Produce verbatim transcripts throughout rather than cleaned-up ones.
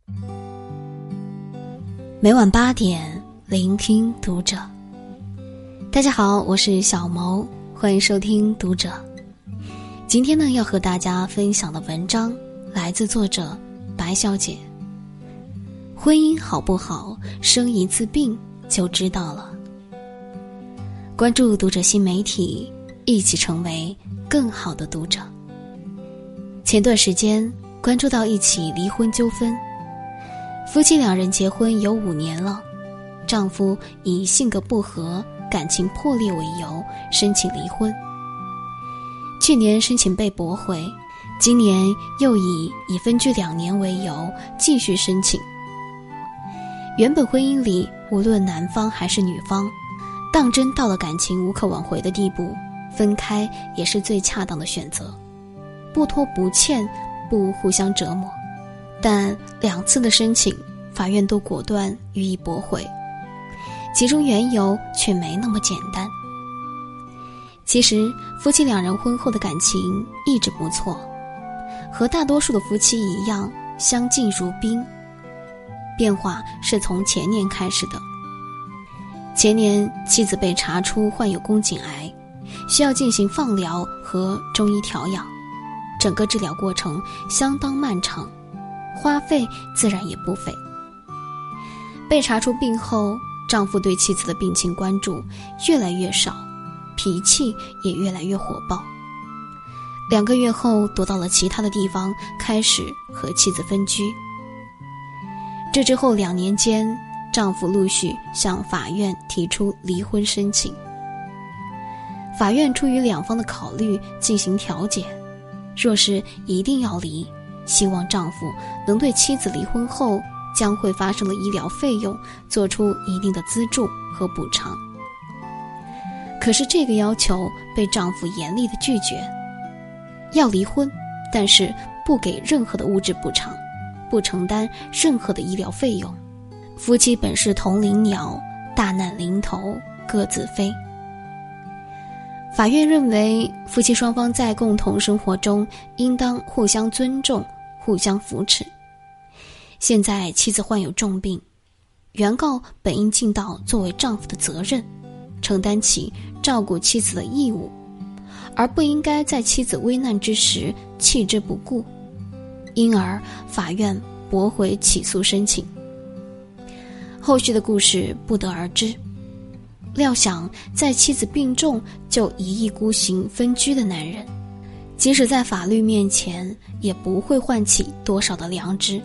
每晚八点，聆听读者。大家好，我是小谋，欢迎收听读者。今天呢，要和大家分享的文章来自作者白小姐。婚姻好不好，生一次病就知道了。关注读者新媒体，一起成为更好的读者。前段时间关注到一起离婚纠纷，夫妻两人结婚有五年了，丈夫以性格不合、感情破裂为由申请离婚。去年申请被驳回，今年又以已分居两年为由继续申请。原本婚姻里，无论男方还是女方，当真到了感情无可挽回的地步，分开也是最恰当的选择，不拖不欠，不互相折磨。但两次的申请，法院都果断予以驳回，其中缘由却没那么简单。其实夫妻两人婚后的感情一直不错，和大多数的夫妻一样，相敬如宾。变化是从前年开始的。前年妻子被查出患有宫颈癌，需要进行放疗和中医调养，整个治疗过程相当漫长，花费自然也不菲。被查出病后，丈夫对妻子的病情关注越来越少，脾气也越来越火爆。两个月后躲到了其他的地方，开始和妻子分居。这之后两年间，丈夫陆续向法院提出离婚申请。法院出于两方的考虑进行调解，若是一定要离，希望丈夫能对妻子离婚后将会发生的医疗费用做出一定的资助和补偿。可是这个要求被丈夫严厉地拒绝，要离婚，但是不给任何的物质补偿，不承担任何的医疗费用。夫妻本是同林鸟，大难临头各自飞。法院认为，夫妻双方在共同生活中应当互相尊重，互相扶持。现在妻子患有重病，原告本应尽到作为丈夫的责任，承担起照顾妻子的义务，而不应该在妻子危难之时弃之不顾。因而法院驳回起诉申请。后续的故事不得而知。料想在妻子病重就一意孤行分居的男人，即使在法律面前也不会唤起多少的良知。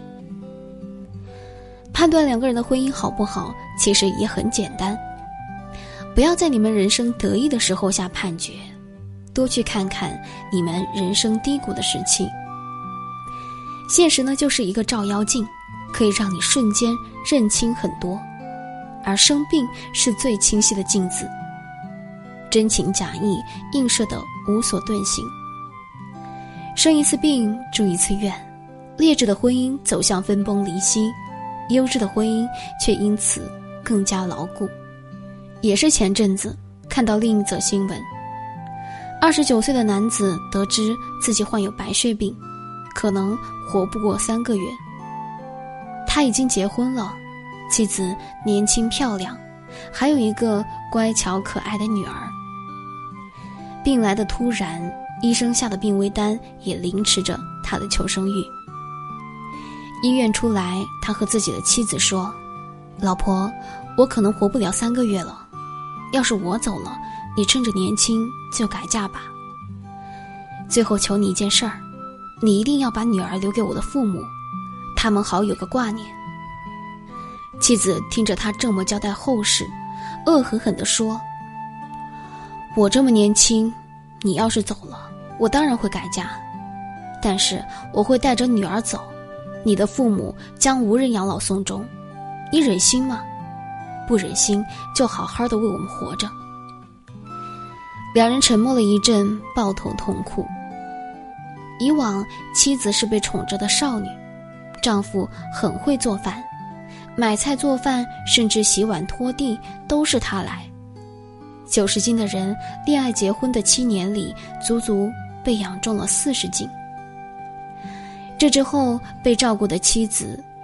判断两个人的婚姻好不好，其实也很简单，不要在你们人生得意的时候下判决，多去看看你们人生低谷的时期。现实呢，就是一个照妖镜，可以让你瞬间认清很多，而生病是最清晰的镜子，真情假意映射的无所遁形。生一次病，住一次院，劣质的婚姻走向分崩离析，优质的婚姻却因此更加牢固。也是前阵子看到另一则新闻，二十九岁的男子得知自己患有白血病，可能活不过三个月。他已经结婚了，妻子年轻漂亮，还有一个乖巧可爱的女儿。病来的突然，医生下的病危单也凌迟着他的求生欲。医院出来，他和自己的妻子说：老婆，我可能活不了三个月了，要是我走了，你趁着年轻就改嫁吧。最后求你一件事儿，你一定要把女儿留给我的父母，他们好有个挂念。妻子听着他这么交代后事，恶狠狠地说：我这么年轻，你要是走了，我当然会改嫁，但是我会带着女儿走，你的父母将无人养老送终，你忍心吗？不忍心就好好的为我们活着。两人沉默了一阵，抱头痛哭。以往妻子是被宠着的少女，丈夫很会做饭，买菜做饭，甚至洗碗拖地都是他来。九十斤的人，恋爱结婚的七年里，足足被养重了四十斤。这之后，被照顾的妻子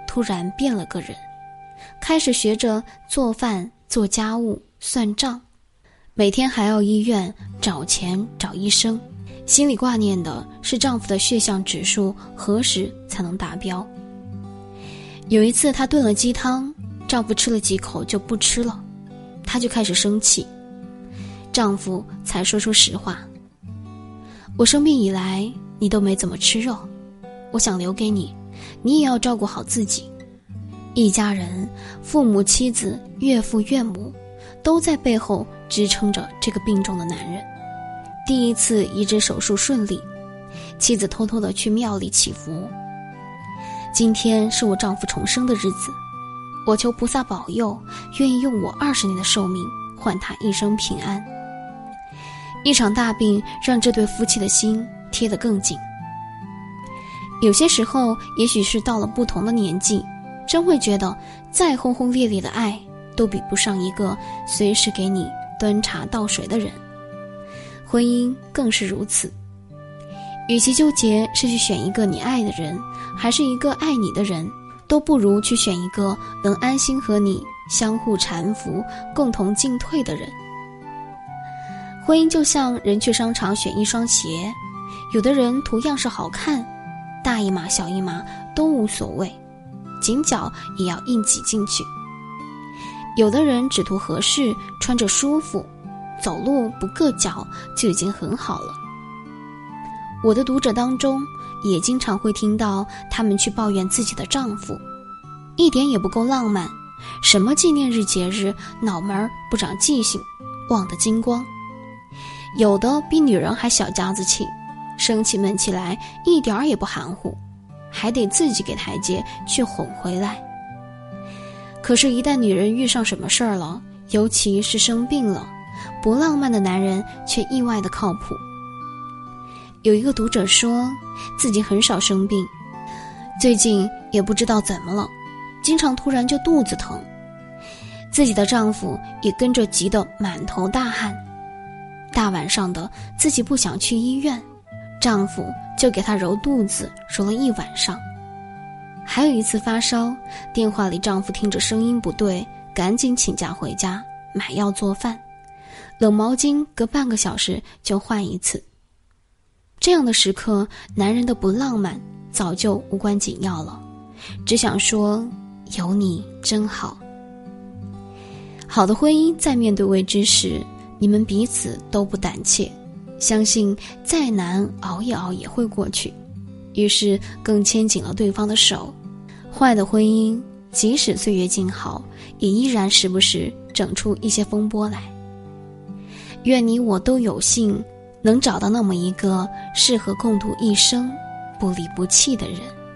突然变了个人，开始学着做饭、做家务、算账，每天还要医院找钱找医生，心里挂念的是丈夫的血象指数何时才能达标。有一次她炖了鸡汤，丈夫吃了几口就不吃了，她就开始生气，丈夫才说出实话：我生病以来你都没怎么吃肉，我想留给你，你也要照顾好自己。一家人，父母、妻子、岳父、岳母都在背后支撑着这个病重的男人。第一次移植手术顺利，妻子偷偷地去庙里祈福。今天是我丈夫重生的日子，我求菩萨保佑，愿意用我二十年的寿命换他一生平安。一场大病让这对夫妻的心贴得更紧。有些时候，也许是到了不同的年纪，真会觉得再轰轰烈烈的爱都比不上一个随时给你端茶倒水的人。婚姻更是如此，与其纠结是去选一个你爱的人，还是一个爱你的人，都不如去选一个能安心和你相互搀扶、共同进退的人。婚姻就像人去商场选一双鞋，有的人图样式好看，大一码小一码都无所谓，紧脚也要硬挤进去。有的人只图合适，穿着舒服，走路不硌脚就已经很好了。我的读者当中也经常会听到他们去抱怨自己的丈夫一点也不够浪漫，什么纪念日节日脑门不长记性，忘得精光。有的比女人还小家子气，生气闷起来一点儿也不含糊，还得自己给台阶去哄回来。可是一旦女人遇上什么事儿了，尤其是生病了，不浪漫的男人却意外的靠谱。有一个读者说自己很少生病，最近也不知道怎么了，经常突然就肚子疼，自己的丈夫也跟着急得满头大汗。大晚上的自己不想去医院，丈夫就给她揉肚子揉了一晚上。还有一次发烧，电话里丈夫听着声音不对，赶紧请假回家买药做饭，冷毛巾隔半个小时就换一次。这样的时刻，男人的不浪漫早就无关紧要了，只想说有你真好。好的婚姻在面对未知时，你们彼此都不胆怯，相信再难熬一熬也会过去，于是更牵紧了对方的手。坏的婚姻即使岁月静好，也依然时不时整出一些风波来。愿你我都有幸能找到那么一个适合共度一生不离不弃的人。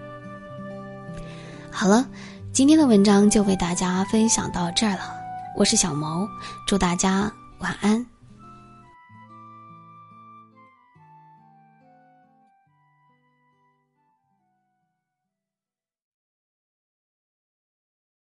好了，今天的文章就为大家分享到这儿了，我是小毛，祝大家晚安。